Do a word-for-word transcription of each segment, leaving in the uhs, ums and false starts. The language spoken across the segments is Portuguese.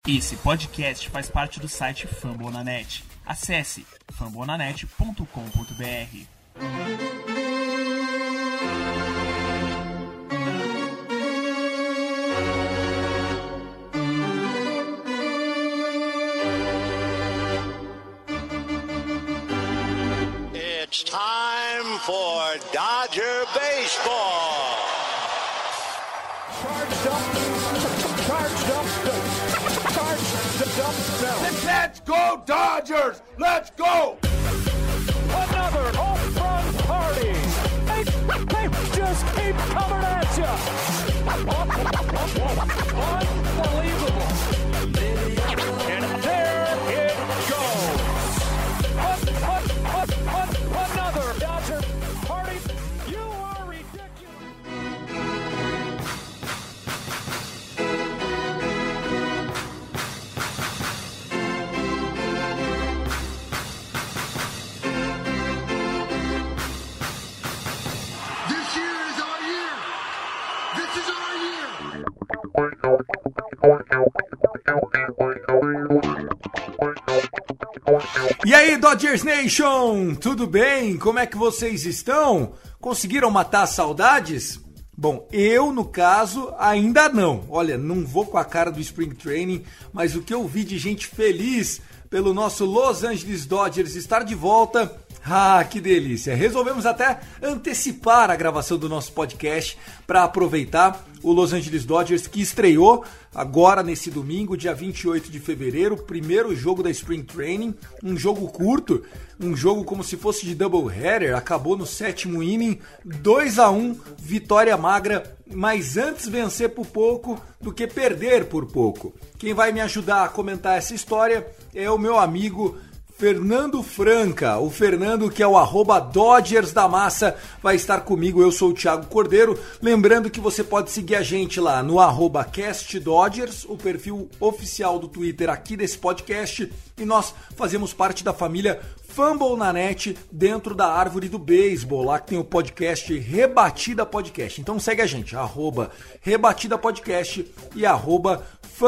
Esse podcast faz parte do site Fambonanet. Acesse fambonanet ponto com ponto b r. It's time for Dodger Baseball. Charged up, charged up, charged up. Let's go Dodgers! Let's go! Another home run party. They, they just keep coming at you. Unbelievable. And there it goes. An, an, an, an, another Dodger party. You are ridiculous. This year is our year. This is our year. E aí, Dodgers Nation, tudo bem? Como é que vocês estão? Conseguiram matar as saudades? Bom, eu, no caso, ainda não. Olha, não vou com a cara do Spring Training, mas o que eu vi de gente feliz pelo nosso Los Angeles Dodgers estar de volta... Ah, que delícia! Resolvemos até antecipar a gravação do nosso podcast para aproveitar o Los Angeles Dodgers, que estreou agora nesse domingo, dia vinte e oito de fevereiro, primeiro jogo da Spring Training, um jogo curto, um jogo como se fosse de doubleheader, acabou no sétimo inning, dois a um, vitória magra, mas antes vencer por pouco do que perder por pouco. Quem vai me ajudar a comentar essa história é o meu amigo Fernando Franca, o Fernando que é o arroba Dodgers da Massa, vai estar comigo, eu sou o Thiago Cordeiro, lembrando que você pode seguir a gente lá no arroba CastDodgers, o perfil oficial do Twitter aqui desse podcast, e nós fazemos parte da família Fambonanet dentro da árvore do beisebol, lá que tem o podcast Rebatida Podcast, então segue a gente, arroba Rebatida Podcast e arroba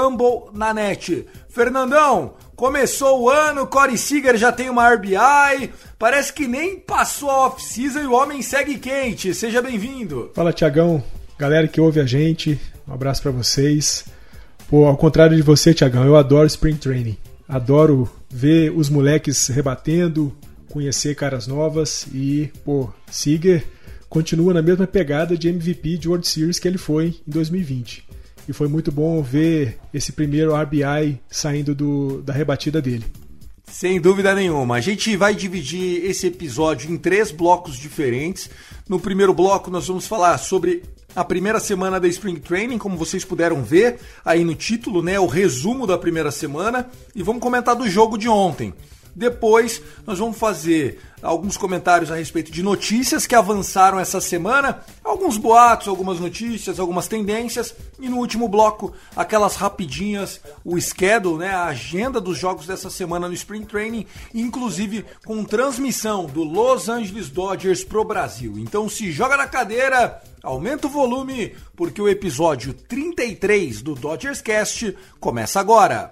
Fambonanet. Fernandão, começou o ano, Corey Seager já tem uma R B I, parece que nem passou a off-season e o homem segue quente. Seja bem-vindo. Fala, Thiagão, galera que ouve a gente, um abraço pra vocês. Pô, ao contrário de você, Thiagão, eu adoro Spring Training. Adoro ver os moleques rebatendo, conhecer caras novas e, pô, Seager continua na mesma pegada de M V P de World Series que ele foi em dois mil e vinte. E foi muito bom ver esse primeiro R B I saindo do, da rebatida dele. Sem dúvida nenhuma. A gente vai dividir esse episódio em três blocos diferentes. No primeiro bloco nós vamos falar sobre a primeira semana da Spring Training, como vocês puderam ver aí no título, né, o resumo da primeira semana. E vamos comentar do jogo de ontem. Depois nós vamos fazer alguns comentários a respeito de notícias que avançaram essa semana, alguns boatos, algumas notícias, algumas tendências, e no último bloco aquelas rapidinhas, o schedule, né, a agenda dos jogos dessa semana no Spring Training, inclusive com transmissão do Los Angeles Dodgers pro Brasil. Então se joga na cadeira, aumenta o volume, porque o episódio trinta e três do Dodgers Cast começa agora.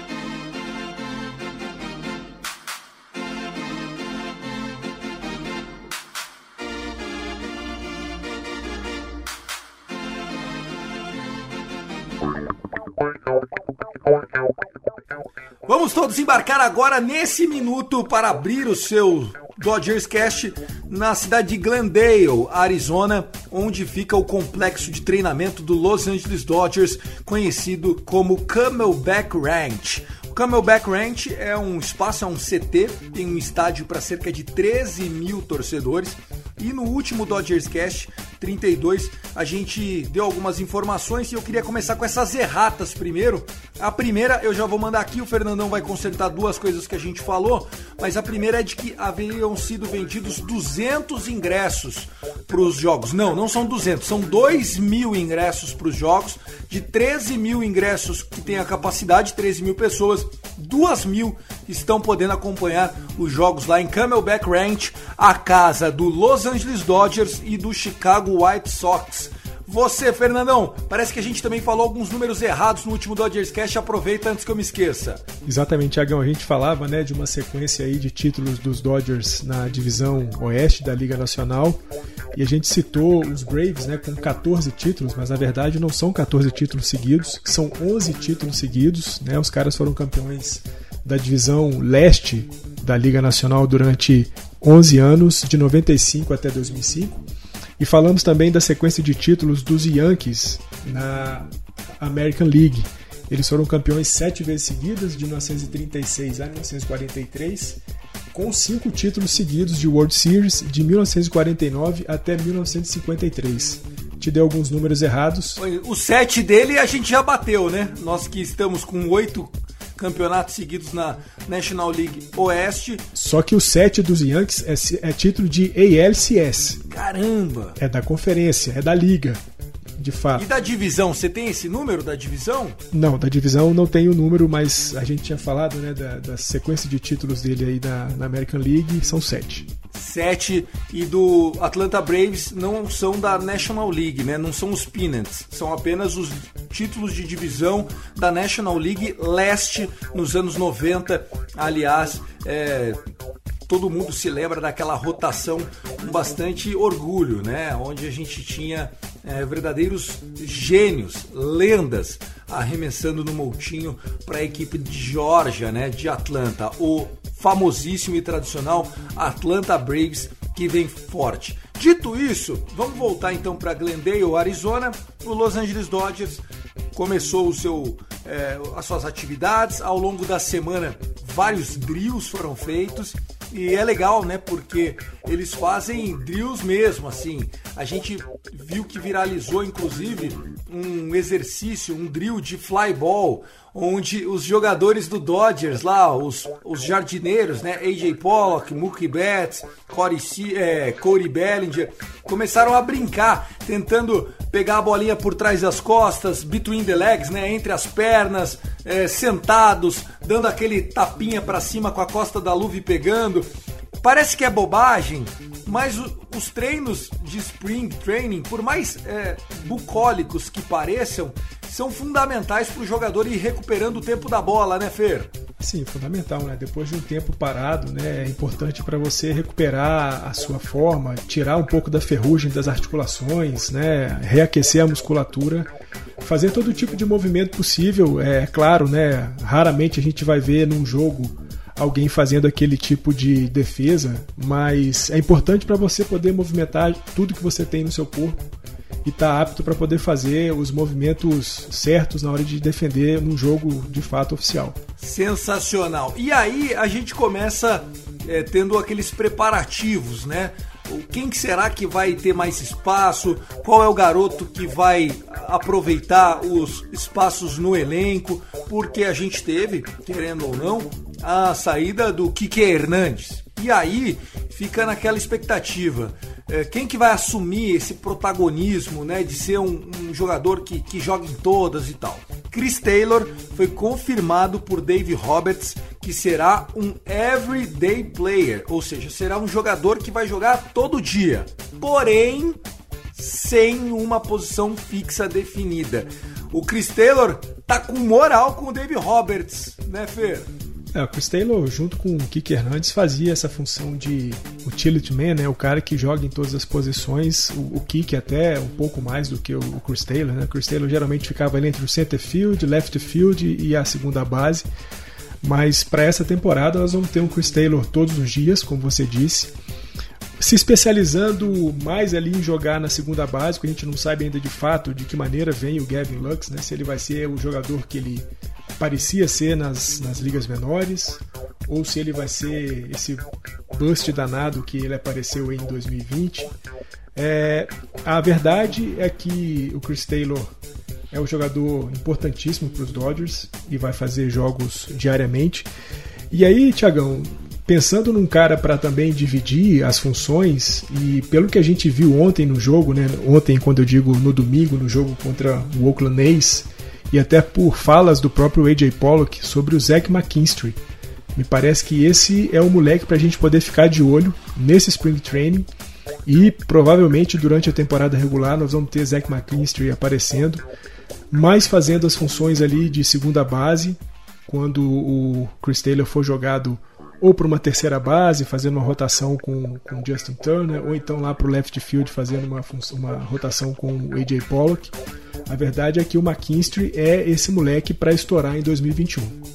Vamos todos embarcar agora nesse minuto para abrir o seu Dodgers Cast na cidade de Glendale, Arizona, onde fica o complexo de treinamento do Los Angeles Dodgers, conhecido como Camelback Ranch. O Camelback Ranch é um espaço, é um C T, tem um estádio para cerca de treze mil torcedores. E no último Dodgers Cast trinta e dois a gente deu algumas informações e eu queria começar com essas erratas primeiro. A primeira eu já vou mandar aqui, o Fernandão vai consertar duas coisas que a gente falou, mas a primeira é de que haviam sido vendidos duzentos ingressos para os jogos. Não, não são duzentos, são dois mil ingressos para os jogos, de treze mil ingressos que tem a capacidade, treze mil pessoas, duas mil estão podendo acompanhar os jogos lá em Camelback Ranch, a casa do Los Angeles Dodgers e do Chicago White Sox. Você, Fernandão, parece que a gente também falou alguns números errados no último Dodgers Cast, aproveita antes que eu me esqueça. Exatamente, Thiagão, a gente falava, né, de uma sequência aí de títulos dos Dodgers na divisão oeste da Liga Nacional, e a gente citou os Braves, né, com catorze títulos, mas na verdade não são catorze títulos seguidos, são onze títulos seguidos, né, os caras foram campeões da divisão leste da Liga Nacional durante onze anos, de noventa e cinco até dois mil e cinco. E falamos também da sequência de títulos dos Yankees na American League. Eles foram campeões sete vezes seguidas, de mil novecentos e trinta e seis a mil novecentos e quarenta e três, com cinco títulos seguidos de World Series, de mil novecentos e quarenta e nove até mil novecentos e cinquenta e três. Te dei alguns números errados. O sete dele a gente já bateu, né? Nós que estamos com oito campeonatos seguidos na National League Oeste. Só que o sete dos Yankees é, é título de A L C S. Caramba! É da conferência, é da liga, de fato. E da divisão, você tem esse número da divisão? Não, da divisão não tem o número, mas a gente tinha falado, né, da, da sequência de títulos dele aí da, na American League, são sete. Sete, e do Atlanta Braves não são da National League, né? Não são os pennants, são apenas os títulos de divisão da National League Leste nos anos noventa. Aliás, é, todo mundo se lembra daquela rotação com bastante orgulho, né? Onde a gente tinha é, verdadeiros gênios, lendas, arremessando no montinho para a equipe de Geórgia, né? De Atlanta, o famosíssimo e tradicional Atlanta Braves, que vem forte. Dito isso, vamos voltar então para Glendale, Arizona. O Los Angeles Dodgers começou o seu, é, as suas atividades. Ao longo da semana, vários drills foram feitos. E é legal, né, porque eles fazem drills mesmo, assim. A gente viu que viralizou, inclusive, um exercício, um drill de fly ball, onde os jogadores do Dodgers lá, os, os jardineiros, né, A J Pollock, Mookie Betts, Corey, é, Cody Bellinger, começaram a brincar, tentando pegar a bolinha por trás das costas, between the legs, né, entre as pernas, é, sentados, dando aquele tapinha pra cima com a costa da luva e pegando. Parece que é bobagem, mas o, os treinos de Spring Training, por mais é, bucólicos que pareçam, são fundamentais para o jogador ir recuperando o tempo da bola, né, Fer? Sim, fundamental, né? Depois de um tempo parado, né, é importante para você recuperar a sua forma, tirar um pouco da ferrugem das articulações, né, reaquecer a musculatura, fazer todo tipo de movimento possível. É claro, né, raramente a gente vai ver num jogo alguém fazendo aquele tipo de defesa, mas é importante para você poder movimentar tudo que você tem no seu corpo e estar apto para poder fazer os movimentos certos na hora de defender num jogo de fato oficial. Sensacional. E aí a gente começa é, tendo aqueles preparativos, né? Quem que será que vai ter mais espaço? Qual é o garoto que vai aproveitar os espaços no elenco? Porque a gente teve, querendo ou não, a saída do Kike Hernandez. E aí fica naquela expectativa. É, quem que vai assumir esse protagonismo, né, de ser um, um jogador que, que joga em todas e tal? Chris Taylor foi confirmado por Dave Roberts que será um everyday player, ou seja, será um jogador que vai jogar todo dia, porém sem uma posição fixa definida. O Chris Taylor tá com moral com o Dave Roberts, né, Fer? É, o Chris Taylor, junto com o Kike Hernandez, fazia essa função de utility man, né? O cara que joga em todas as posições. O, o Kike até um pouco mais do que o, o Chris Taylor, né? O Chris Taylor geralmente ficava ali entre o center field, left field e a segunda base. Mas para essa temporada nós vamos ter um Chris Taylor todos os dias, como você disse, se especializando mais ali em jogar na segunda base, que a gente não sabe ainda de fato de que maneira vem o Gavin Lux, né? Se ele vai ser o jogador que ele parecia ser nas, nas ligas menores, ou se ele vai ser esse bust danado que ele apareceu em dois mil e vinte. É, a verdade é que o Chris Taylor é um jogador importantíssimo para os Dodgers e vai fazer jogos diariamente. E aí, Thiagão, pensando num cara para também dividir as funções, e pelo que a gente viu ontem no jogo, né, ontem quando eu digo no domingo, no jogo contra o Oakland A's, e até por falas do próprio A J Pollock sobre o Zach McKinstry, me parece que esse é o moleque para a gente poder ficar de olho nesse Spring Training, E provavelmente durante a temporada regular nós vamos ter Zach McKinstry aparecendo, mas fazendo as funções ali de segunda base, quando o Chris Taylor for jogado ou para uma terceira base, fazendo uma rotação com o Justin Turner, ou então lá para o left field, fazendo uma, uma rotação com o A J Pollock. A verdade é que o McKinstry é esse moleque para estourar em dois mil e vinte e um.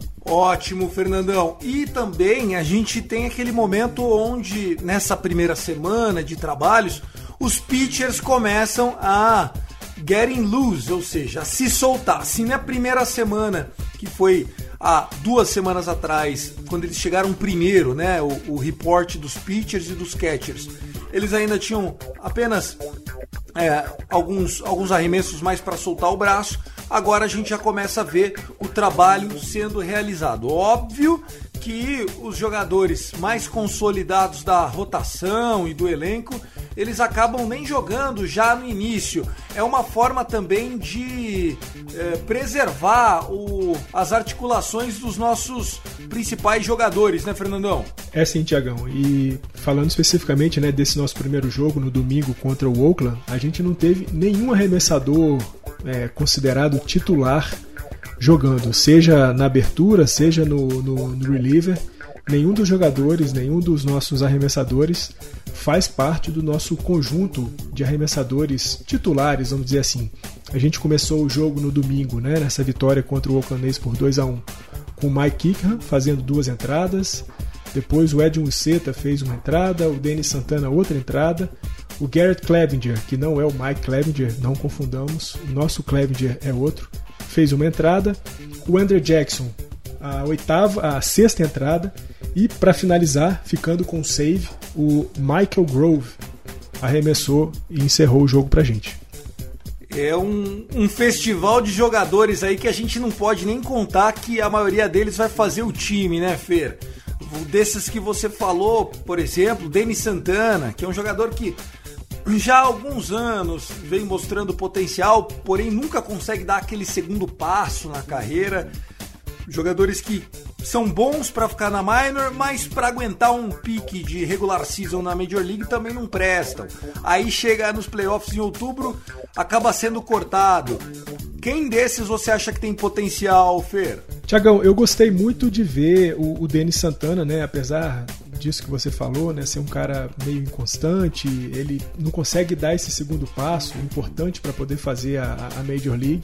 Ótimo, Fernandão. E também a gente tem aquele momento onde, nessa primeira semana de trabalhos, os pitchers começam a getting loose, ou seja, a se soltar. Se na primeira semana, que foi há duas semanas atrás, quando eles chegaram primeiro, né, o, o report dos pitchers e dos catchers, eles ainda tinham apenas é, alguns, alguns arremessos mais para soltar o braço. Agora a gente já começa a ver o trabalho sendo realizado. Óbvio que os jogadores mais consolidados da rotação e do elenco, eles acabam nem jogando já no início. É uma forma também de é, preservar o, as articulações dos nossos principais jogadores, né, Fernandão? É sim, Tiagão. E falando especificamente, né, desse nosso primeiro jogo no domingo contra o Oakland, a gente não teve nenhum arremessador é, considerado titular jogando, seja na abertura, seja no, no, no reliever. Nenhum dos jogadores, nenhum dos nossos arremessadores faz parte do nosso conjunto de arremessadores titulares, vamos dizer assim. A gente começou o jogo no domingo, né, nessa vitória contra o Oakland A's por dois a um, com o Mike Kickham fazendo duas entradas, depois o Edwin Uceta fez uma entrada, o Dennis Santana outra entrada, o Garrett Clevinger, que não é o Mike Clevinger, não confundamos, o nosso Clevinger é outro, fez uma entrada, o Andrew Jackson a oitava, a sexta entrada, e para finalizar, ficando com o save, o Michael Grove arremessou e encerrou o jogo pra gente. É um, um festival de jogadores aí que a gente não pode nem contar que a maioria deles vai fazer o time, né, Fer? Desses que você falou, por exemplo, Dennis Santana, que é um jogador que já há alguns anos vem mostrando potencial, porém nunca consegue dar aquele segundo passo na carreira. Jogadores que são bons para ficar na minor, mas para aguentar um pique de regular season na Major League também não prestam. Aí chega nos playoffs em outubro, acaba sendo cortado. Quem desses você acha que tem potencial, Fer? Tiagão, eu gostei muito de ver o, o Dennis Santana, né? Apesar disso que você falou, né? Ser um cara meio inconstante, ele não consegue dar esse segundo passo importante para poder fazer a, a Major League.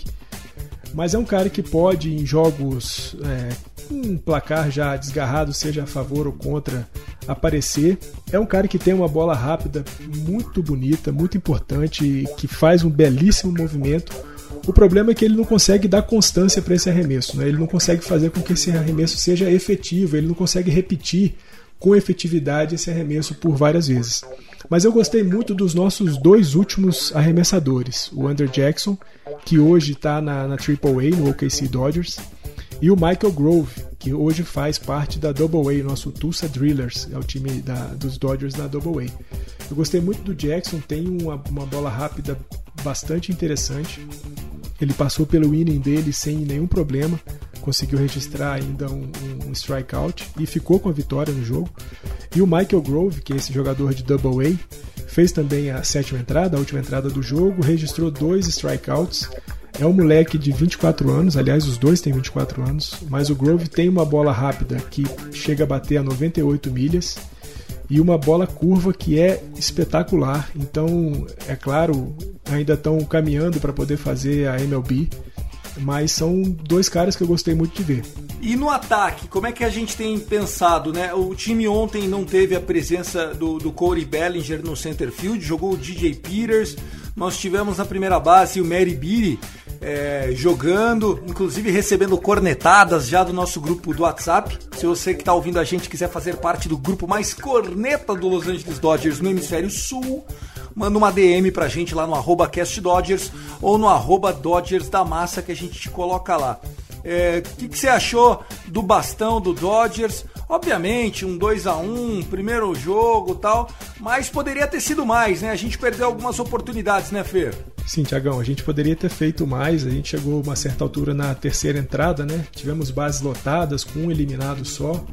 Mas é um cara que pode, em jogos é, um placar já desgarrado, seja a favor ou contra, aparecer. É um cara que tem uma bola rápida muito bonita, muito importante, que faz um belíssimo movimento. O problema é que ele não consegue dar constância para esse arremesso, né? Ele não consegue fazer com que esse arremesso seja efetivo, ele não consegue repetir com efetividade esse arremesso por várias vezes. Mas eu gostei muito dos nossos dois últimos arremessadores, o Andrew Jackson, que hoje está na, na Triple A, no O K C Dodgers, e o Michael Grove, que hoje faz parte da Double A, nosso Tulsa Drillers, é o time da, dos Dodgers na Double A. Eu gostei muito do Jackson, tem uma, uma bola rápida bastante interessante. Ele passou pelo inning dele sem nenhum problema, conseguiu registrar ainda um, um, um strikeout e ficou com a vitória no jogo. E o Michael Grove, que é esse jogador de Double A, fez também a sétima entrada, a última entrada do jogo, registrou dois strikeouts. É um moleque de vinte e quatro anos, aliás, os dois têm vinte e quatro anos, mas o Grove tem uma bola rápida que chega a bater a noventa e oito milhas e uma bola curva que é espetacular. Então, é claro, ainda estão caminhando para poder fazer a M L B, mas são dois caras que eu gostei muito de ver. E no ataque, como é que a gente tem pensado, né? O time ontem não teve a presença do, do Cody Bellinger no center field, jogou o D J Peters, nós tivemos na primeira base o Matty Beattie é, jogando, inclusive recebendo cornetadas já do nosso grupo do WhatsApp. Se você que está ouvindo a gente quiser fazer parte do grupo mais corneta do Los Angeles Dodgers no Hemisfério Sul, manda uma D M pra gente lá no arroba CastDodgers ou no arroba Dodgers da Massa que a gente te coloca lá. O é, que, que você achou do bastão do Dodgers? Obviamente, um dois a um, primeiro jogo e tal, mas poderia ter sido mais, né? A gente perdeu algumas oportunidades, né, Fer? Sim, Tiagão, a gente poderia ter feito mais, a gente chegou a uma certa altura na terceira entrada, né? Tivemos bases lotadas com um eliminado só,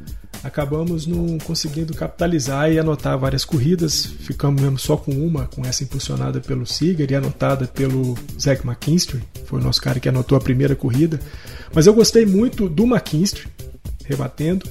acabamos não conseguindo capitalizar e anotar várias corridas. Ficamos mesmo só com uma, com essa impulsionada pelo Seager e anotada pelo Zach McKinstry. Foi o nosso cara que anotou a primeira corrida. Mas eu gostei muito do McKinstry, rebatendo,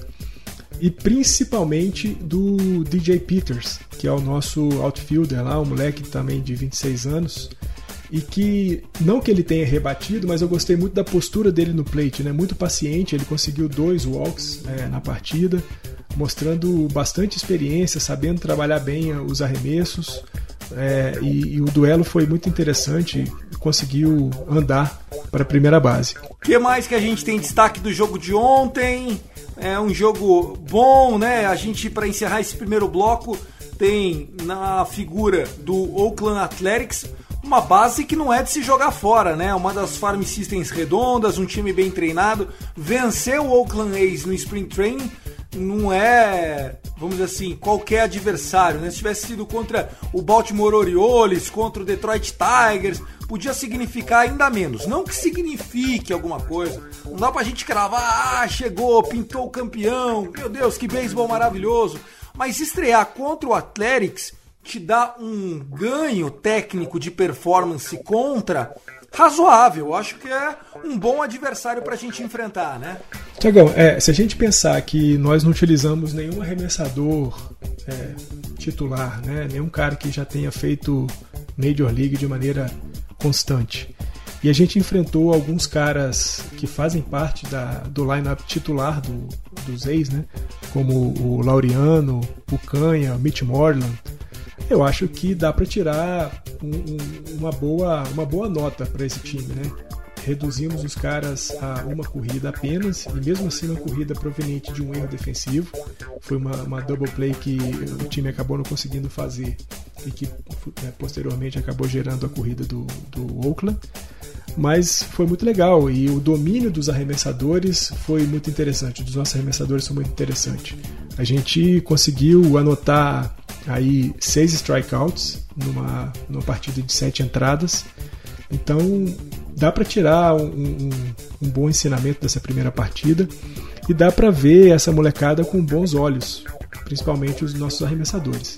e principalmente do D J Peters, que é o nosso outfielder lá, um moleque também de vinte e seis anos, e que, não que ele tenha rebatido, mas eu gostei muito da postura dele no plate, né? Muito paciente, ele conseguiu dois walks é, na partida, mostrando bastante experiência, sabendo trabalhar bem os arremessos, é, e, e o duelo foi muito interessante, conseguiu andar para a primeira base. O que mais que a gente tem destaque do jogo de ontem? É um jogo bom, né? A gente, para encerrar esse primeiro bloco, tem na figura do Oakland Athletics uma base que não é de se jogar fora, né? Uma das farm systems redondas, um time bem treinado. Venceu o Oakland A's no Spring Training não é, vamos dizer assim, qualquer adversário, né? Se tivesse sido contra o Baltimore Orioles, contra o Detroit Tigers, podia significar ainda menos. Não que signifique alguma coisa. Não dá pra gente cravar, ah, chegou, pintou o campeão, meu Deus, que beisebol maravilhoso. Mas estrear contra o Athletics te dá um ganho técnico de performance contra razoável. Eu acho que é um bom adversário pra gente enfrentar, né? Tiagão, é, se a gente pensar que nós não utilizamos nenhum arremessador é, titular, né? Nenhum cara que já tenha feito Major League de maneira constante, e a gente enfrentou alguns caras que fazem parte da, do line-up titular do, dos A's, né? Como o Laureano, o Canha, o Mitch Moreland, eu acho que dá para tirar um, um, uma, boa, uma boa nota para esse time, né? Reduzimos os caras a uma corrida apenas, e mesmo assim uma corrida proveniente de um erro defensivo. Foi uma, uma double play que o time acabou não conseguindo fazer e que é, posteriormente acabou gerando a corrida do, do Oakland. Mas foi muito legal, e o domínio dos arremessadores foi muito interessante, dos nossos arremessadores foi muito interessante. A gente conseguiu anotar aí seis strikeouts numa, numa partida de sete entradas, então dá para tirar um, um, um bom ensinamento dessa primeira partida, e dá para ver essa molecada com bons olhos, principalmente os nossos arremessadores.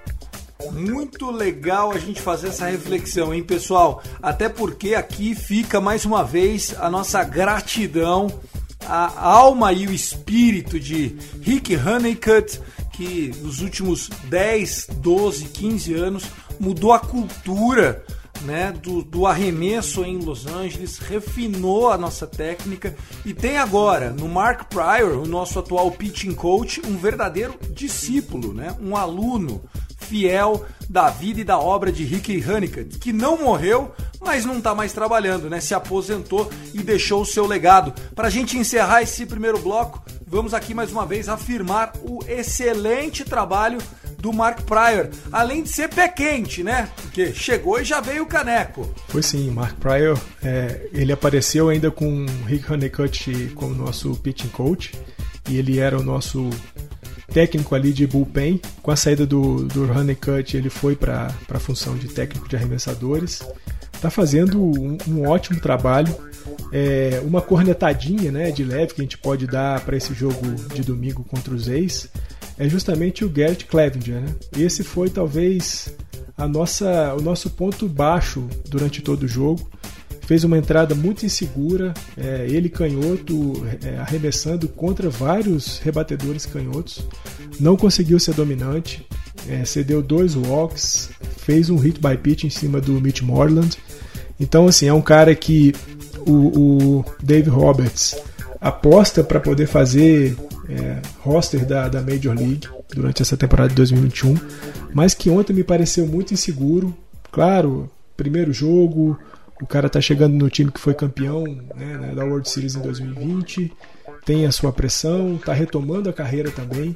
Muito legal a gente fazer essa reflexão, hein, pessoal? Até porque aqui fica mais uma vez a nossa gratidão, a alma e o espírito de Rick Honeycutt, que nos últimos dez, doze, quinze anos mudou a cultura, né, do, do arremesso em Los Angeles, refinou a nossa técnica, e tem agora no Mark Prior, o nosso atual pitching coach, um verdadeiro discípulo, né, um aluno fiel da vida e da obra de Rick Honeycutt, que não morreu, mas não está mais trabalhando, né? Se aposentou e deixou o seu legado. Para a gente encerrar esse primeiro bloco, vamos aqui mais uma vez afirmar o excelente trabalho do Mark Prior, além de ser pé quente, né? Porque chegou e já veio o caneco. Foi sim, Mark Prior, é, ele apareceu ainda com Rick Honeycutt como nosso pitching coach, e ele era o nosso técnico ali de bullpen. Com a saída do, do Honeycutt, ele foi para a função de técnico de arremessadores. Está fazendo um, um ótimo trabalho. É, uma cornetadinha, né, de leve que a gente pode dar para esse jogo de domingo contra os A's é justamente o Garrett Clevenger, né? Esse foi talvez a nossa, o nosso ponto baixo durante todo o jogo. Fez uma entrada muito insegura, é, ele canhoto, é, arremessando contra vários rebatedores canhotos, não conseguiu ser dominante, é, cedeu dois walks, fez um hit by pitch em cima do Mitch Moreland. Então, assim, é um cara que o, o Dave Roberts aposta para poder fazer é, roster da, da Major League durante essa temporada de dois mil e vinte e um, mas que ontem me pareceu muito inseguro. Claro, primeiro jogo, o cara tá chegando no time que foi campeão, né, da World Series em dois mil e vinte, tem a sua pressão, tá retomando a carreira também,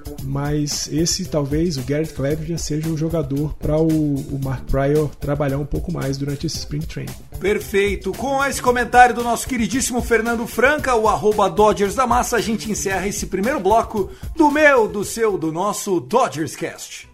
mas esse talvez, o Garrett Clevenger, seja o jogador para o, o Mark Prior trabalhar um pouco mais durante esse Spring Training. Perfeito. Com esse comentário do nosso queridíssimo Fernando Franca, o arroba Dodgers da Massa, a gente encerra esse primeiro bloco do meu, do seu, do nosso Dodgers Cast.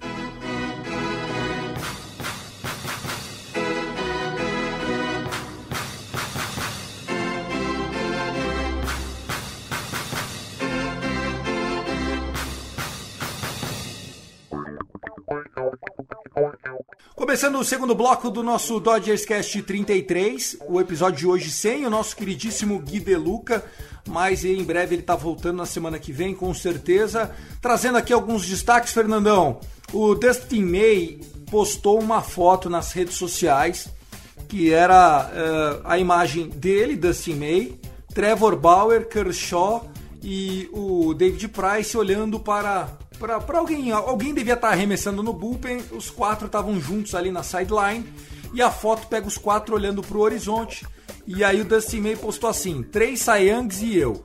Começando o segundo bloco do nosso Dodgers Cast trinta e três, o episódio de hoje sem o nosso queridíssimo Gui De Luca, mas em breve ele tá voltando na semana que vem, com certeza. Trazendo aqui alguns destaques, Fernandão. O Dustin May postou uma foto nas redes sociais, que era uh, a imagem dele, Dustin May, Trevor Bauer, Kershaw e o David Price olhando para... Para alguém, alguém devia estar arremessando no bullpen, os quatro estavam juntos ali na sideline, e a foto pega os quatro olhando para o horizonte, e aí o Dustin May postou assim, três Cy Youngs e eu.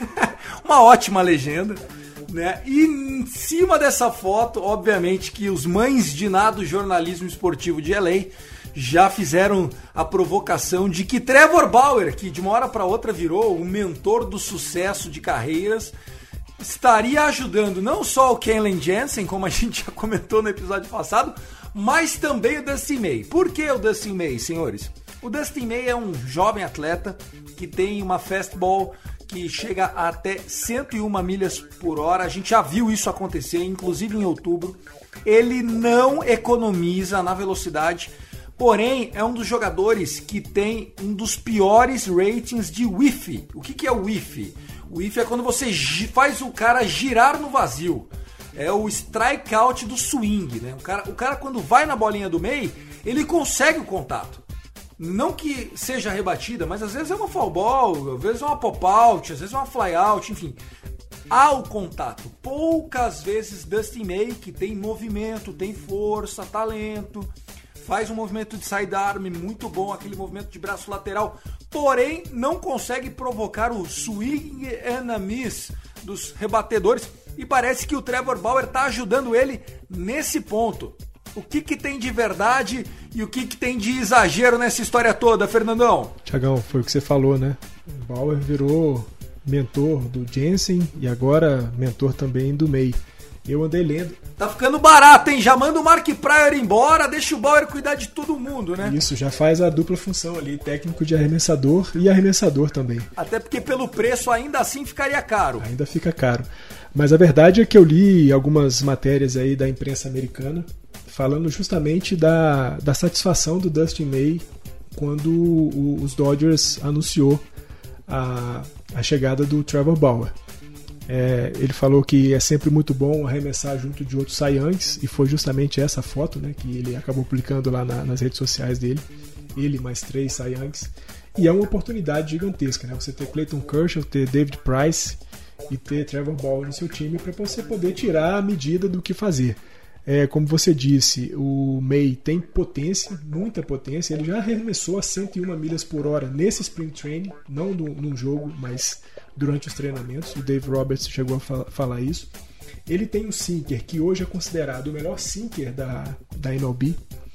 Uma ótima legenda, né? E em cima dessa foto, obviamente que os mães de nada do jornalismo esportivo de L A já fizeram a provocação de que Trevor Bauer, que de uma hora para outra virou o mentor do sucesso de carreiras, estaria ajudando não só o Kenley Jansen, como a gente já comentou no episódio passado, mas também o Dustin May. Por que o Dustin May, senhores? O Dustin May é um jovem atleta que tem uma fastball que chega a até cento e uma milhas por hora. A gente já viu isso acontecer, inclusive em outubro. Ele não economiza na velocidade, porém é um dos jogadores que tem um dos piores ratings de whiff. O que, que é o whiff? O whiff é quando você faz o cara girar no vazio. É o strikeout do swing, né? O cara, o cara quando vai na bolinha do meio, ele consegue o contato. Não que seja rebatida, mas às vezes é uma foul ball, às vezes é uma pop-out, às vezes é uma fly-out, enfim. Há o contato. Poucas vezes Dustin May, que tem movimento, tem força, talento, faz um movimento de sidearm muito bom, aquele movimento de braço lateral, porém não consegue provocar o swing and a miss dos rebatedores, e parece que o Trevor Bauer está ajudando ele nesse ponto. O que, que tem de verdade e o que, que tem de exagero nessa história toda, Fernandão? Tiagão, foi o que você falou, né? O Bauer virou mentor do Jansen e agora mentor também do May. Eu andei lendo. Tá ficando barato, hein? Já manda o Mark Prior embora, deixa o Bauer cuidar de todo mundo, né? Isso, já faz a dupla função ali, técnico de arremessador e arremessador também. Até porque pelo preço ainda assim ficaria caro. Ainda fica caro. Mas a verdade é que eu li algumas matérias aí da imprensa americana falando justamente da, da satisfação do Dustin May quando o, os Dodgers anunciou a, a chegada do Trevor Bauer. É, ele falou que é sempre muito bom arremessar junto de outros Cy Youngs, e foi justamente essa foto, né, que ele acabou publicando lá na, nas redes sociais dele, ele mais três Cy Youngs, e é uma oportunidade gigantesca, né, você ter Clayton Kershaw, ter David Price e ter Trevor Bauer no seu time para você poder tirar a medida do que fazer. É, como você disse, o May tem potência, muita potência, ele já arremessou a cento e uma milhas por hora nesse Spring Training, não no, num jogo, mas durante os treinamentos. O Dave Roberts chegou a fala, falar isso. Ele tem um sinker que hoje é considerado o melhor sinker da, da M L B,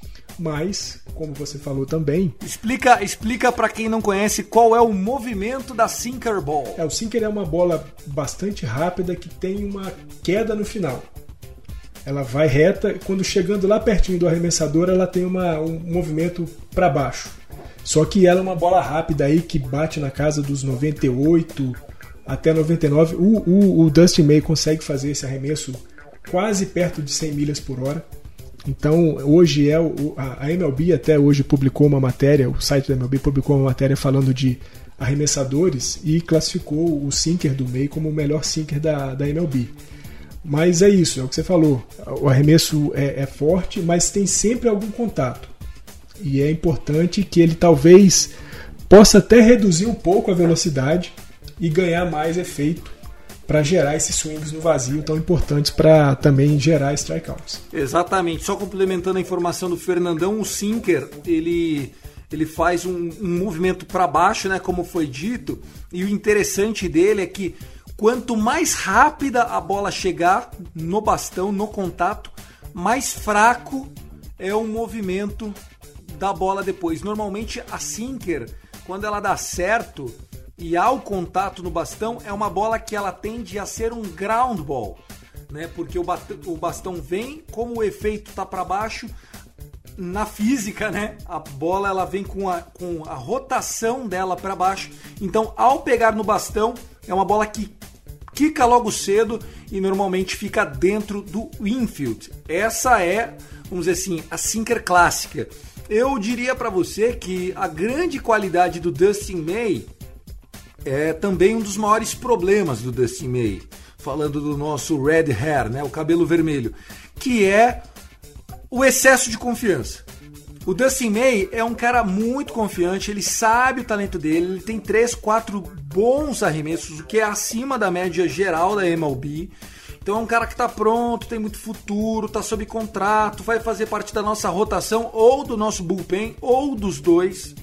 mas, como você falou também... Explica, explica para quem não conhece qual é o movimento da sinker ball. É, o sinker é uma bola bastante rápida que tem uma queda no final. Ela vai reta, quando chegando lá pertinho do arremessador, ela tem uma, um movimento para baixo. Só que ela é uma bola rápida aí que bate na casa dos noventa e oito até noventa e nove. O, o, o Dustin May consegue fazer esse arremesso quase perto de cem milhas por hora. Então hoje é o, a, a M L B até hoje publicou uma matéria, o site da M L B publicou uma matéria falando de arremessadores e classificou o sinker do May como o melhor sinker da, da M L B. Mas é isso, é o que você falou. O arremesso é, é forte, mas tem sempre algum contato. E é importante que ele talvez possa até reduzir um pouco a velocidade e ganhar mais efeito para gerar esses swings no vazio tão importantes para também gerar strikeouts. Exatamente. Só complementando a informação do Fernandão, o sinker, ele, ele faz um, um movimento para baixo, né, como foi dito, e o interessante dele é que quanto mais rápida a bola chegar no bastão, no contato, mais fraco é o movimento da bola depois. Normalmente a sinker, quando ela dá certo e há o contato no bastão, é uma bola que ela tende a ser um ground ball, né? Porque o bastão vem, como o efeito está para baixo, na física, né? A bola ela vem com a, com a rotação dela para baixo. Então, ao pegar no bastão, é uma bola que quica logo cedo e normalmente fica dentro do infield. Essa é vamos dizer assim, a sinker clássica. Eu diria para você que a grande qualidade do Dustin May é também um dos maiores problemas do Dustin May, falando do nosso red hair, né, o cabelo vermelho, que é o excesso de confiança. O Dustin May é um cara muito confiante, ele sabe o talento dele, ele tem três, quatro bons arremessos, o que é acima da média geral da M L B. Então é um cara que tá pronto, tem muito futuro, tá sob contrato, vai fazer parte da nossa rotação ou do nosso bullpen, ou dos dois.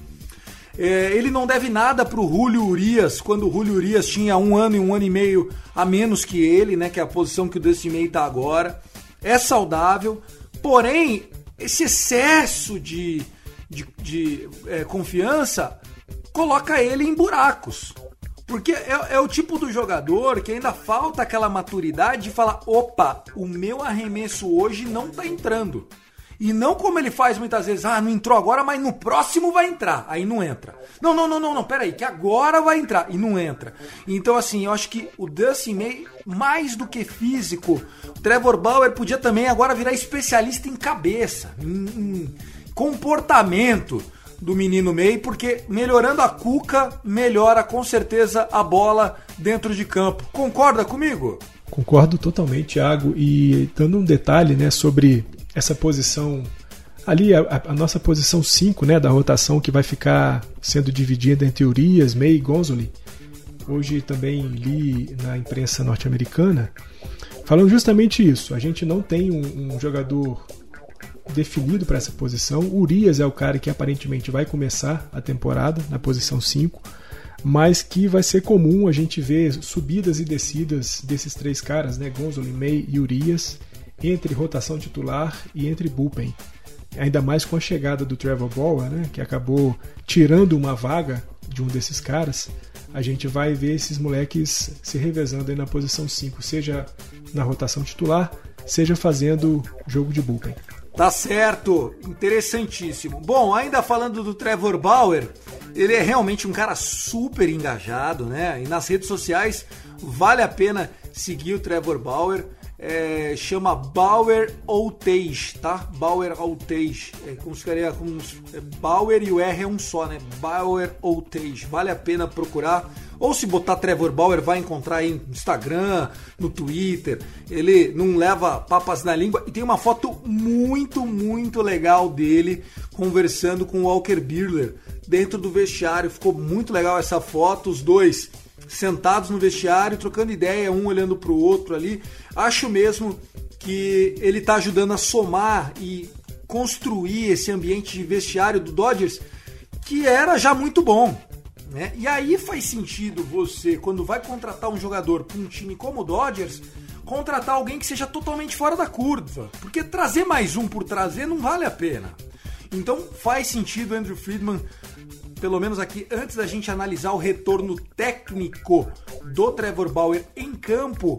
É, ele não deve nada pro Julio Urias, quando o Julio Urias tinha um ano e um ano e meio a menos que ele, né, que é a posição que o Dustin May tá agora. É saudável, porém, esse excesso de, de, de é, confiança coloca ele em buracos. Porque é, é o tipo do jogador que ainda falta aquela maturidade de falar, opa, o meu arremesso hoje não tá entrando. E não como ele faz muitas vezes, ah, não entrou agora, mas no próximo vai entrar. Aí não entra. Não, não, não, não, não, peraí, que agora vai entrar. E não entra. Então, assim, eu acho que o Dustin May, mais do que físico, o Trevor Bauer podia também agora virar especialista em cabeça, em, em comportamento do menino May, porque melhorando a cuca, melhora com certeza a bola dentro de campo. Concorda comigo? Concordo totalmente, Thiago. E dando um detalhe, né, sobre essa posição ali, a, a nossa posição cinco, né, da rotação, que vai ficar sendo dividida entre Urias, May e Gonzolin. Hoje também li na imprensa norte-americana falando justamente isso. A gente não tem um, um jogador definido para essa posição. O Urias é o cara que aparentemente vai começar a temporada na posição cinco, mas que vai ser comum a gente ver subidas e descidas desses três caras, né, Gonzolin, May e Urias, entre rotação titular e entre bullpen. Ainda mais com a chegada do Trevor Bauer, né, que acabou tirando uma vaga de um desses caras. A gente vai ver esses moleques se revezando aí na posição cinco, seja na rotação titular, seja fazendo jogo de bullpen. Tá certo, interessantíssimo. Bom, ainda falando do Trevor Bauer, ele é realmente um cara super engajado, né? E nas redes sociais vale a pena seguir o Trevor Bauer. É, chama Bauer Outage, tá? Bauer Outage. É como se ficaria com é, Bauer e o R é um só, né? Bauer Outage. Vale a pena procurar. Ou se botar Trevor Bauer, vai encontrar aí no Instagram, no Twitter. Ele não leva papas na língua. E tem uma foto muito, muito legal dele conversando com o Walker Buehler dentro do vestiário. Ficou muito legal essa foto, os dois sentados no vestiário, trocando ideia, um olhando para o outro ali. Acho mesmo que ele está ajudando a somar e construir esse ambiente de vestiário do Dodgers, que era já muito bom, né? E aí faz sentido você, quando vai contratar um jogador para um time como o Dodgers, contratar alguém que seja totalmente fora da curva, porque trazer mais um por trazer não vale a pena. Então faz sentido o Andrew Friedman, pelo menos aqui, antes da gente analisar o retorno técnico do Trevor Bauer em campo,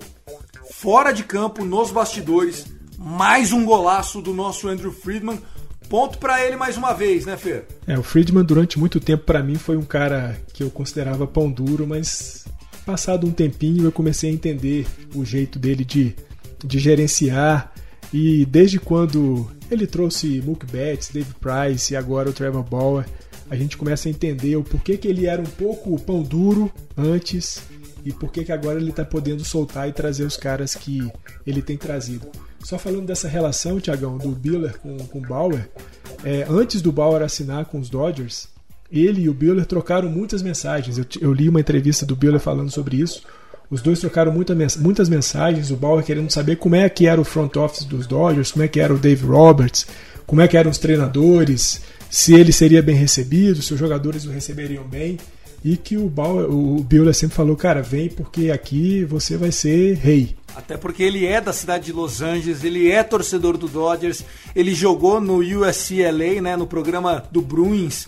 fora de campo, nos bastidores, mais um golaço do nosso Andrew Friedman. Ponto pra ele mais uma vez, né, Fê? É, o Friedman durante muito tempo pra mim foi um cara que eu considerava pão duro, mas passado um tempinho eu comecei a entender o jeito dele de, de gerenciar, e desde quando ele trouxe Mookie Betts, Dave Price e agora o Trevor Bauer, a gente começa a entender o porquê que ele era um pouco pão duro antes e porquê que agora ele está podendo soltar e trazer os caras que ele tem trazido. Só falando dessa relação, Thiagão, do Buehler com, com o Bauer, é, antes do Bauer assinar com os Dodgers, ele e o Buehler trocaram muitas mensagens. Eu, eu li uma entrevista do Buehler falando sobre isso. Os dois trocaram muita, muitas mensagens, o Bauer querendo saber como é que era o front office dos Dodgers, como é que era o Dave Roberts, como é que eram os treinadores, se ele seria bem recebido, se os jogadores o receberiam bem, e que o Bauer, o Buehler sempre falou, cara, vem porque aqui você vai ser rei. Até porque ele é da cidade de Los Angeles, ele é torcedor do Dodgers, ele jogou no U S C L A, né, no programa do Bruins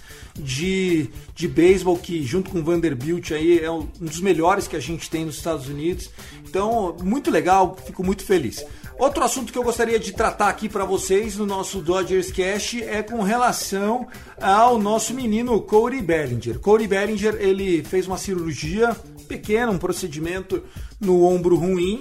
de, de beisebol, que junto com o Vanderbilt aí é um dos melhores que a gente tem nos Estados Unidos. Então, muito legal, fico muito feliz. Outro assunto que eu gostaria de tratar aqui para vocês no nosso Dodgers Cast é com relação ao nosso menino Cody Bellinger. Cody Bellinger, ele fez uma cirurgia pequena, um procedimento no ombro ruim,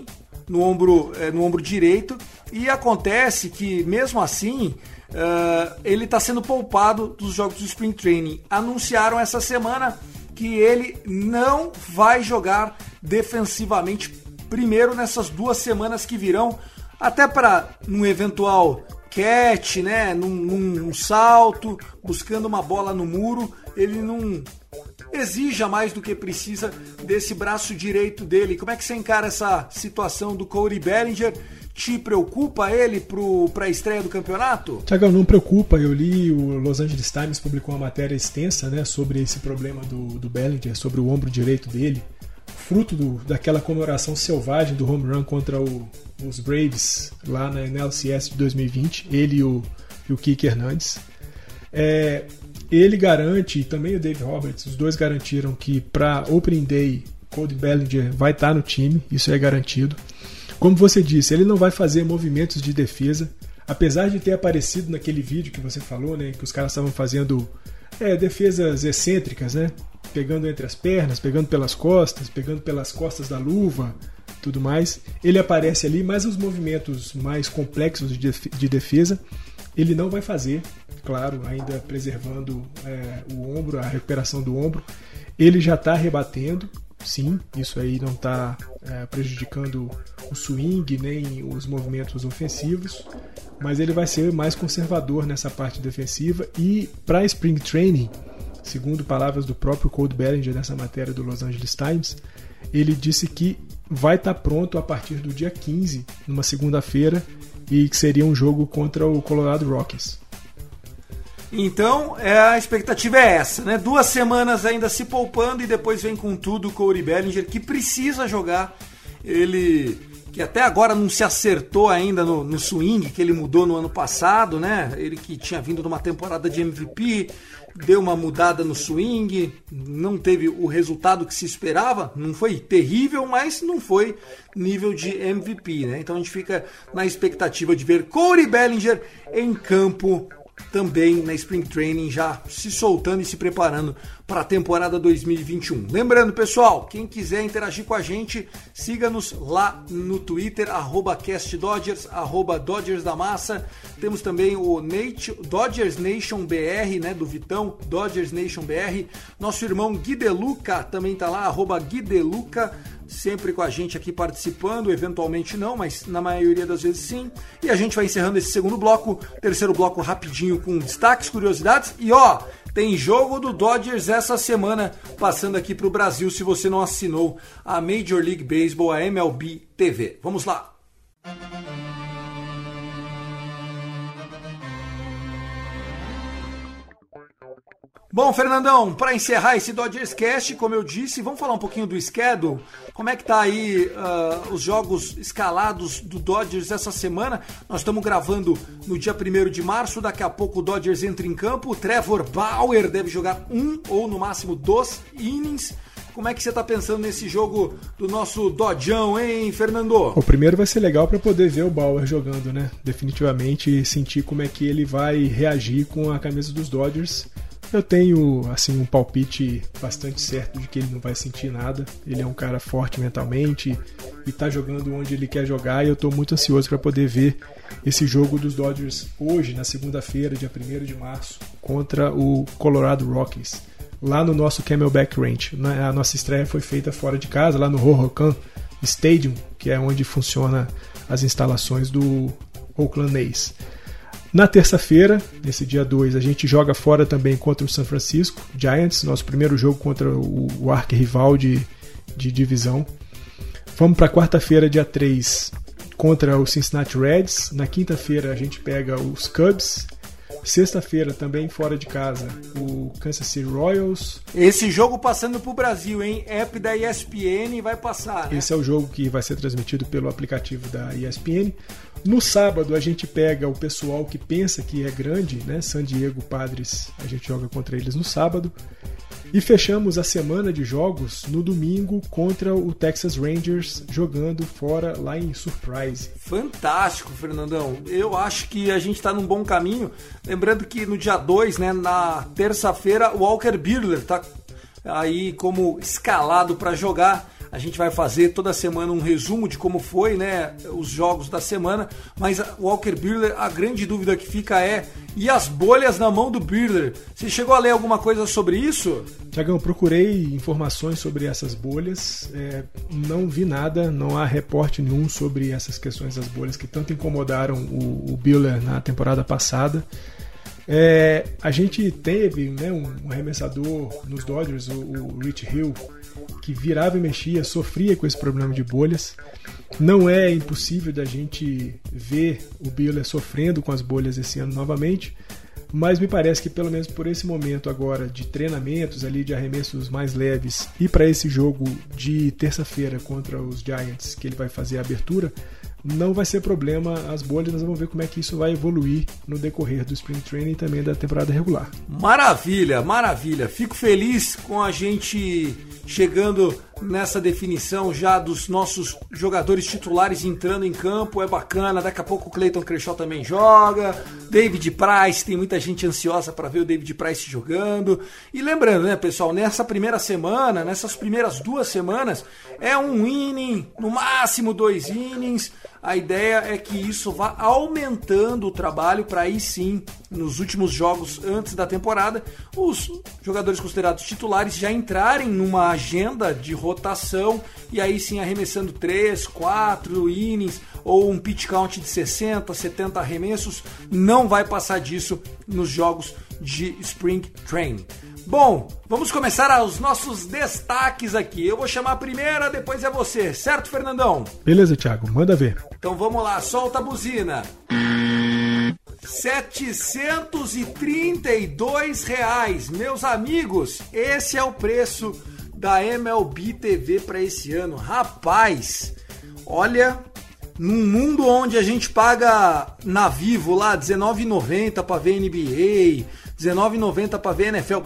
no ombro, é, no ombro direito, e acontece que, mesmo assim, uh, ele está sendo poupado dos jogos do Spring Training. Anunciaram essa semana que ele não vai jogar defensivamente primeiro nessas duas semanas que virão, até para um eventual catch, né, num, num salto, buscando uma bola no muro, ele não exija mais do que precisa desse braço direito dele. Como é que você encara essa situação do Cody Bellinger? Te preocupa ele para a estreia do campeonato? Tiagão, não preocupa. Eu li, o Los Angeles Times publicou uma matéria extensa, né, sobre esse problema do, do Bellinger, sobre o ombro direito dele, fruto do, daquela comemoração selvagem do home run contra o, os Braves lá na N L C S de dois mil e vinte, ele e o, e o Kike Hernandez. É, ele garante, e também o Dave Roberts, os dois garantiram que para Opening Day Cody Bellinger vai estar no time, isso é garantido. Como você disse, ele não vai fazer movimentos de defesa, apesar de ter aparecido naquele vídeo que você falou, né, que os caras estavam fazendo é, defesas excêntricas, né, pegando entre as pernas, pegando pelas costas, pegando pelas costas da luva, tudo mais. Ele aparece ali, mas os movimentos mais complexos de defesa ele não vai fazer, claro, ainda preservando é, o ombro, a recuperação do ombro. Ele já está rebatendo, sim, isso aí não está é, prejudicando o swing nem os movimentos ofensivos, mas ele vai ser mais conservador nessa parte defensiva. E para Spring Training, segundo palavras do próprio Cody Bellinger nessa matéria do Los Angeles Times, ele disse que vai estar tá pronto a partir do dia quinze, numa segunda-feira, e que seria um jogo contra o Colorado Rockies. Então, é, a expectativa é essa, né? Duas semanas ainda se poupando e depois vem com tudo o Cody Bellinger, que precisa jogar. Ele, que até agora não se acertou ainda no, no swing, que ele mudou no ano passado, né? Ele que tinha vindo de uma temporada de M V P, deu uma mudada no swing, não teve o resultado que se esperava, não foi terrível, mas não foi nível de M V P, né? Então a gente fica na expectativa de ver Cody Bellinger em campo também na Spring Training, já se soltando e se preparando para a temporada dois mil e vinte e um. Lembrando, pessoal, quem quiser interagir com a gente, siga-nos lá no Twitter, arroba CastDodgers, arroba Dodgers da Massa. Temos também o Nate, Dodgers Nation B R, né, do Vitão, Dodgers Nation B R. Nosso irmão Gui Deluca também tá lá, arroba Gui Deluca, sempre com a gente aqui participando, eventualmente não, mas na maioria das vezes sim. E a gente vai encerrando esse segundo bloco, terceiro bloco rapidinho com destaques, curiosidades. E ó, tem jogo do Dodgers essa semana passando aqui pro Brasil, se você não assinou a Major League Baseball, a M L B T V. Vamos lá! Bom, Fernandão, para encerrar esse Dodgers Cast, como eu disse, vamos falar um pouquinho do schedule. Como é que tá aí uh, os jogos escalados do Dodgers essa semana? Nós estamos gravando no dia primeiro de março, daqui a pouco o Dodgers entra em campo, o Trevor Bauer deve jogar um ou no máximo dois innings. Como é que você tá pensando nesse jogo do nosso Dodjão, hein, Fernando? O primeiro vai ser legal para poder ver o Bauer jogando, né? Definitivamente sentir como é que ele vai reagir com a camisa dos Dodgers. Eu tenho assim um palpite bastante certo de que ele não vai sentir nada. Ele é um cara forte mentalmente e tá jogando onde ele quer jogar, e eu tô muito ansioso para poder ver esse jogo dos Dodgers hoje, na segunda-feira, dia primeiro de março, contra o Colorado Rockies, lá no nosso Camelback Ranch. A nossa estreia foi feita fora de casa, lá no Hohokam Stadium, que é onde funciona as instalações do Oakland A's. Na terça-feira, nesse dia dois, a gente joga fora também contra o San Francisco Giants, nosso primeiro jogo contra o, o arquirrival de, de divisão. Vamos para quarta-feira, dia três, contra o Cincinnati Reds. Na quinta-feira a gente pega os Cubs. Sexta-feira, também fora de casa, o Kansas City Royals. Esse jogo passando pro Brasil, hein? App da E S P N vai passar, né? Esse é o jogo que vai ser transmitido pelo aplicativo da E S P N. No sábado a gente pega o pessoal que pensa que é grande, né? San Diego Padres, a gente joga contra eles no sábado. E fechamos a semana de jogos no domingo contra o Texas Rangers, jogando fora lá em Surprise. Fantástico, Fernandão. Eu acho que a gente está num bom caminho. Lembrando que no dia dois, né, na terça-feira, o Walker Buehler está aí como escalado para jogar. A gente vai fazer toda semana um resumo de como foi, né, os jogos da semana, mas o Walker Buehler, a grande dúvida que fica é, e as bolhas na mão do Buehler? Você chegou a ler alguma coisa sobre isso? Tiagão, procurei informações sobre essas bolhas, é, não vi nada, não há reporte nenhum sobre essas questões das bolhas que tanto incomodaram o, o Buehler na temporada passada. É, a gente teve, né, um, um arremessador nos Dodgers, o, o Rich Hill, que virava e mexia, sofria com esse problema de bolhas. Não é impossível da gente ver o Buehler sofrendo com as bolhas esse ano novamente, mas me parece que pelo menos por esse momento agora de treinamentos ali, de arremessos mais leves, e para esse jogo de terça-feira contra os Giants, que ele vai fazer a abertura, não vai ser problema as bolhas. Nós vamos ver como é que isso vai evoluir no decorrer do Spring Training e também da temporada regular. Maravilha, maravilha. Fico feliz com a gente chegando nessa definição já dos nossos jogadores titulares entrando em campo. É bacana, daqui a pouco o Clayton Kershaw também joga, David Price, tem muita gente ansiosa para ver o David Price jogando. E lembrando, né, pessoal, nessa primeira semana, nessas primeiras duas semanas, é um inning, no máximo dois innings. A ideia é que isso vá aumentando o trabalho para aí sim, nos últimos jogos antes da temporada, os jogadores considerados titulares já entrarem numa agenda de rotação e aí sim arremessando três, quatro innings ou um pitch count de sessenta, setenta arremessos. Não vai passar disso nos jogos de Spring Training. Bom, vamos começar os nossos destaques aqui. Eu vou chamar a primeira, depois é você, certo, Fernandão? Beleza, Thiago, manda ver. Então vamos lá, solta a buzina. setecentos e trinta e dois reais, meus amigos, esse é o preço da M L B T V para esse ano. Rapaz, olha, num mundo onde a gente paga na Vivo lá dezenove reais e noventa centavos para ver N B A, dezenove reais e noventa centavos para ver N F L,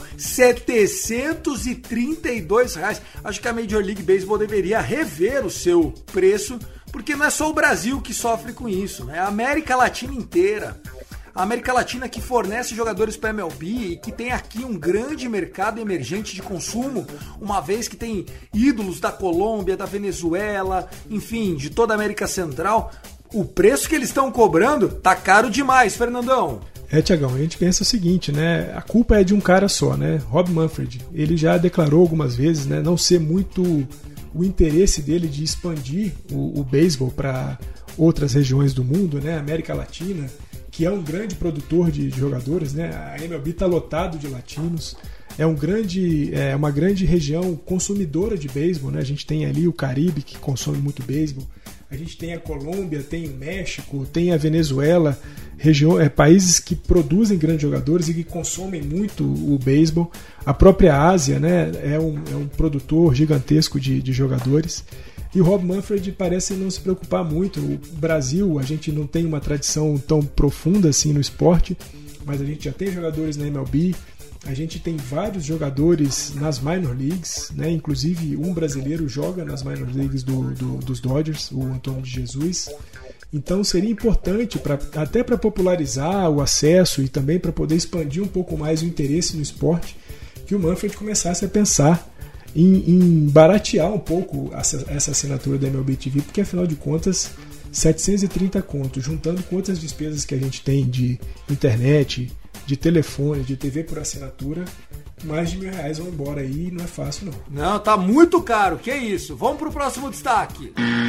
setecentos e trinta e dois reais. Acho que a Major League Baseball deveria rever o seu preço, porque não é só o Brasil que sofre com isso, né? A América Latina inteira. A América Latina que fornece jogadores para a M L B e que tem aqui um grande mercado emergente de consumo, uma vez que tem ídolos da Colômbia, da Venezuela, enfim, de toda a América Central. O preço que eles estão cobrando tá caro demais, Fernandão. É, Tiagão, a gente pensa o seguinte, né? A culpa é de um cara só, né? Rob Manfred. Ele já declarou algumas vezes, né, não ser muito o interesse dele de expandir o, o beisebol para outras regiões do mundo, né? América Latina, que é um grande produtor de jogadores, né? A M L B está lotado de latinos, é, um grande, é uma grande região consumidora de beisebol, né? A gente tem ali o Caribe, que consome muito beisebol, a gente tem a Colômbia, tem o México, tem a Venezuela, região, é, países que produzem grandes jogadores e que consomem muito o beisebol. A própria Ásia, né? é, um, é um produtor gigantesco de, de jogadores. E o Rob Manfred parece não se preocupar muito. O Brasil, a gente não tem uma tradição tão profunda assim no esporte, mas a gente já tem jogadores na M L B, a gente tem vários jogadores nas minor leagues, né? Inclusive um brasileiro joga nas minor leagues do, do, dos Dodgers, o Antônio de Jesus. Então seria importante, pra, até para popularizar o acesso e também para poder expandir um pouco mais o interesse no esporte, que o Manfred começasse a pensar Em, em baratear um pouco essa, essa assinatura da M L B T V, porque afinal de contas setecentos e trinta contos, juntando com outras despesas que a gente tem de internet, de telefone, de T V por assinatura, mais de mil reais vão embora aí, não é fácil não. Não, tá muito caro, que isso? Vamos pro próximo destaque.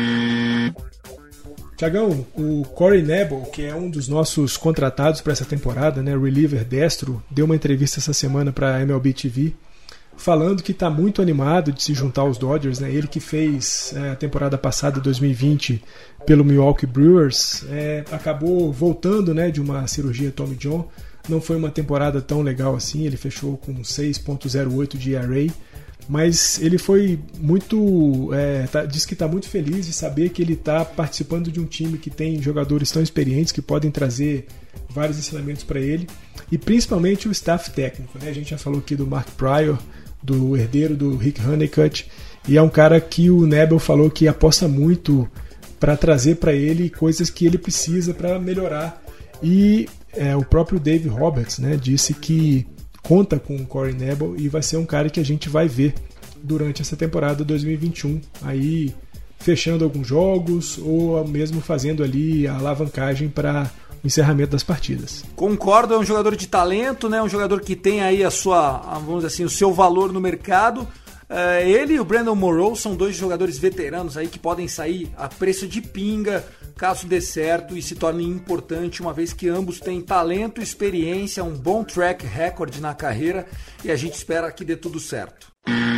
Tiagão, o Corey Knebel, que é um dos nossos contratados para essa temporada, né, reliever destro, deu uma entrevista essa semana para a M L B T V, falando que está muito animado de se juntar aos Dodgers, né? Ele que fez é, a temporada passada, dois mil e vinte, pelo Milwaukee Brewers, é, acabou voltando, né, de uma cirurgia Tommy John. Não foi uma temporada tão legal assim, ele fechou com seis ponto zero oito de E R A, mas ele foi muito, é, tá, diz que está muito feliz de saber que ele está participando de um time que tem jogadores tão experientes que podem trazer vários ensinamentos para ele, e principalmente o staff técnico, né? A gente já falou aqui do Mark Prior, do herdeiro do Rick Honeycutt, e é um cara que o Knebel falou que aposta muito para trazer para ele coisas que ele precisa para melhorar. E é, o próprio Dave Roberts, né, disse que conta com o Corey Knebel e vai ser um cara que a gente vai ver durante essa temporada dois mil e vinte e um, aí fechando alguns jogos ou mesmo fazendo ali a alavancagem para o encerramento das partidas. Concordo, é um jogador de talento, né? Um jogador que tem aí a sua, vamos dizer assim, o seu valor no mercado. Uh, ele e o Brandon Morrow são dois jogadores veteranos aí que podem sair a preço de pinga caso dê certo e se torne importante, uma vez que ambos têm talento, experiência, um bom track record na carreira e a gente espera que dê tudo certo.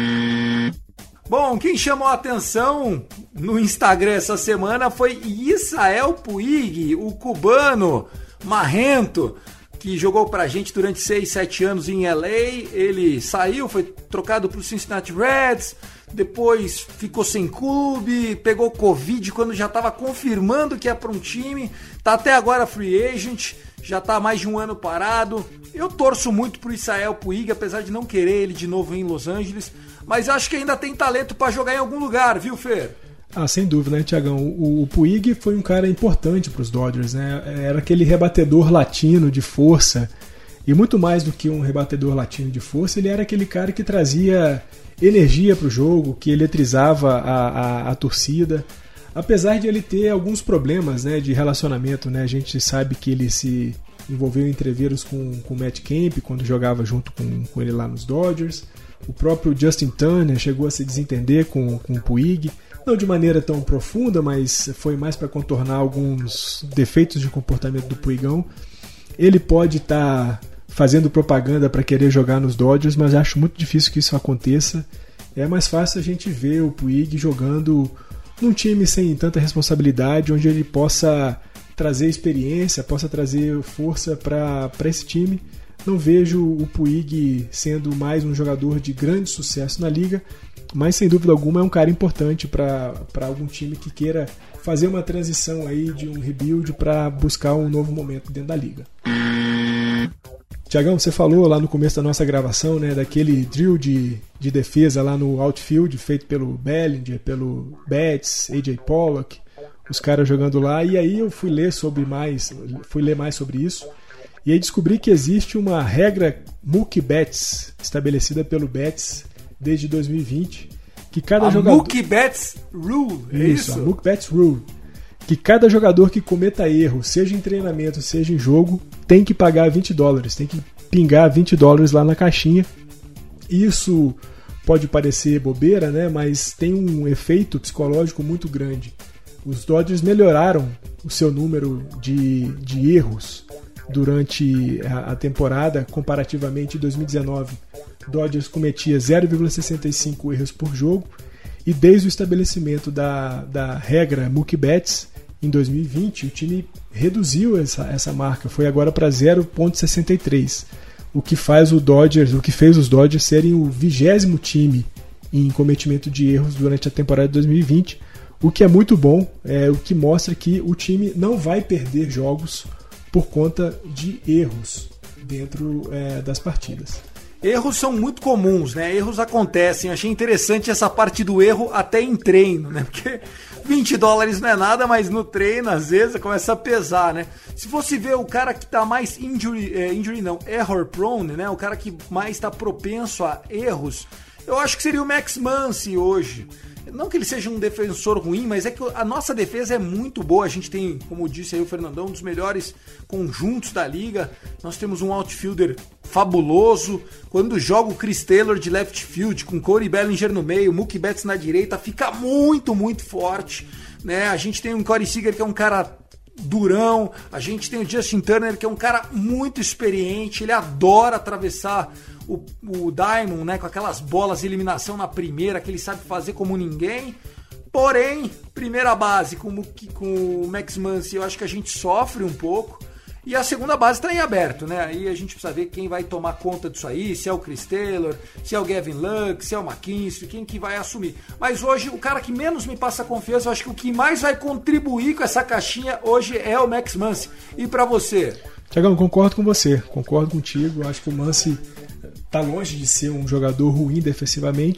Bom, quem chamou a atenção no Instagram essa semana foi Ysael Puig, o cubano marrento, que jogou pra gente durante seis, sete anos em L A. Ele saiu, foi trocado pro Cincinnati Reds, depois ficou sem clube, pegou Covid quando já estava confirmando que ia para um time, tá até agora free agent, já tá há mais de um ano parado. Eu torço muito pro Ysael Puig, apesar de não querer ele de novo em Los Angeles, mas acho que ainda tem talento para jogar em algum lugar, viu, Fer? Ah, sem dúvida, né, Tiagão? O, o Puig foi um cara importante para os Dodgers, né? Era aquele rebatedor latino de força, e muito mais do que um rebatedor latino de força, ele era aquele cara que trazia energia para o jogo, que eletrizava a, a, a torcida, apesar de ele ter alguns problemas, né, de relacionamento, né? A gente sabe que ele se envolveu em entreveiros com, com o Matt Kemp quando jogava junto com, com ele lá nos Dodgers. O próprio Justin Turner chegou a se desentender com, com o Puig, não de maneira tão profunda, mas foi mais para contornar alguns defeitos de comportamento do Puigão. Ele pode estar tá fazendo propaganda para querer jogar nos Dodgers, mas acho muito difícil que isso aconteça. É mais fácil a gente ver o Puig jogando num time sem tanta responsabilidade, onde ele possa trazer experiência, possa trazer força para esse time. Não vejo o Puig sendo mais um jogador de grande sucesso na liga, mas sem dúvida alguma é um cara importante para algum time que queira fazer uma transição aí de um rebuild para buscar um novo momento dentro da liga. Tiagão, você falou lá no começo da nossa gravação, né, daquele drill de, de defesa lá no outfield feito pelo Bellinger, pelo Betts, A J Pollock, os caras jogando lá, e aí eu fui ler sobre mais, fui ler mais sobre isso. E aí descobri que existe uma regra Mookie Betts, estabelecida pelo Betts desde dois mil e vinte, que cada a jogador... Mookie Betts Rule, é isso? isso? A Mookie Betts Rule. Que cada jogador que cometa erro, seja em treinamento, seja em jogo, tem que pagar vinte dólares, tem que pingar vinte dólares lá na caixinha. Isso pode parecer bobeira, né? Mas tem um efeito psicológico muito grande. Os Dodgers melhoraram o seu número de, de erros durante a temporada, comparativamente em dois mil e dezenove, Dodgers cometia zero vírgula sessenta e cinco erros por jogo, e desde o estabelecimento da, da regra Mookie Betts, em dois mil e vinte, o time reduziu essa, essa marca, foi agora para zero vírgula sessenta e três, o que faz o Dodgers, o que fez os Dodgers serem o vigésimo time em cometimento de erros durante a temporada de dois mil e vinte, o que é muito bom, é o que mostra que o time não vai perder jogos por conta de erros dentro é, das partidas. Erros são muito comuns, né? Erros acontecem. Achei interessante essa parte do erro até em treino, né? Porque vinte dólares não é nada, mas no treino, às vezes, começa a pesar, né? Se fosse ver o cara que tá mais injury, é, injury não, error prone, né? O cara que mais está propenso a erros, eu acho que seria o Max Muncy hoje. Não que ele seja um defensor ruim, mas é que a nossa defesa é muito boa. A gente tem, como disse aí o Fernandão, um dos melhores conjuntos da liga. Nós temos um outfielder fabuloso. Quando joga o Chris Taylor de left field, com Cody Bellinger no meio, Mookie Betts na direita, fica muito, muito forte, né? A gente tem um Corey Seager que é um cara durão. A gente tem o Justin Turner, que é um cara muito experiente. Ele adora atravessar O, o Diamond, né, com aquelas bolas de eliminação na primeira, que ele sabe fazer como ninguém. Porém, primeira base com, com o Max Muncy, eu acho que a gente sofre um pouco. E a segunda base está em aberto, né? Aí a gente precisa ver quem vai tomar conta disso aí, se é o Chris Taylor, se é o Gavin Lux, se é o McKinstry, quem que vai assumir. Mas hoje, o cara que menos me passa confiança, eu acho que o que mais vai contribuir com essa caixinha hoje é o Max Muncy. E para você? Tiagão, concordo com você, concordo contigo. Acho que o Muncy tá longe de ser um jogador ruim defensivamente,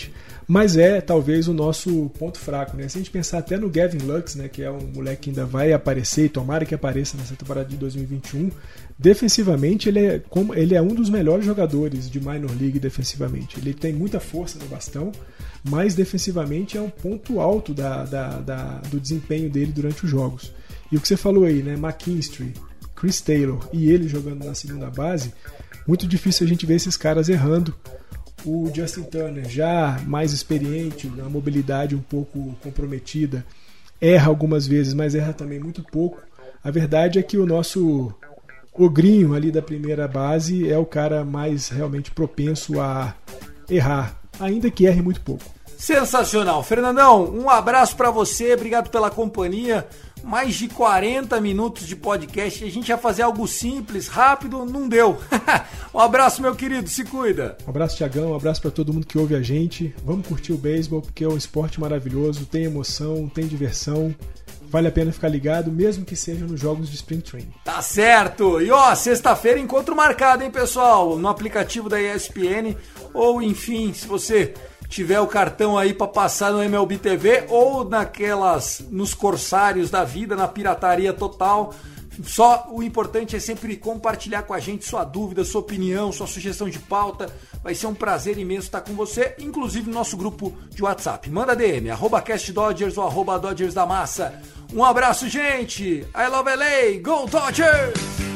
mas é talvez o nosso ponto fraco, né? Se a gente pensar até no Gavin Lux, né, que é um moleque que ainda vai aparecer e tomara que apareça nessa temporada de dois mil e vinte e um, defensivamente ele é, como, ele é um dos melhores jogadores de minor league defensivamente. Ele tem muita força no bastão, mas defensivamente é um ponto alto da, da, da, do desempenho dele durante os jogos. E o que você falou aí, né? McKinstry, Chris Taylor e ele jogando na segunda base, muito difícil a gente ver esses caras errando. O Justin Turner, já mais experiente, a mobilidade um pouco comprometida, erra algumas vezes, mas erra também muito pouco. A verdade é que o nosso ogrinho ali da primeira base é o cara mais realmente propenso a errar, ainda que erre muito pouco. Sensacional. Fernandão, um abraço pra você, obrigado pela companhia. Mais de quarenta minutos de podcast. A gente ia fazer algo simples, rápido, não deu. Um abraço, meu querido, se cuida. Um abraço, Thiagão, um abraço pra todo mundo que ouve a gente. Vamos curtir o beisebol, porque é um esporte maravilhoso, tem emoção, tem diversão. Vale a pena ficar ligado, mesmo que seja nos jogos de Spring Training. Tá certo! E ó, sexta-feira encontro marcado, hein, pessoal? No aplicativo da E S P N, ou enfim, se você tiver o cartão aí pra passar no M L B T V ou naquelas, nos corsários da vida, na pirataria total. Só o importante é sempre compartilhar com a gente sua dúvida, sua opinião, sua sugestão de pauta. Vai ser um prazer imenso estar com você, inclusive no nosso grupo de WhatsApp. Manda D M, arroba CastDodgers ou arroba Dodgers da Massa. Um abraço, gente! I love L A! Go Dodgers!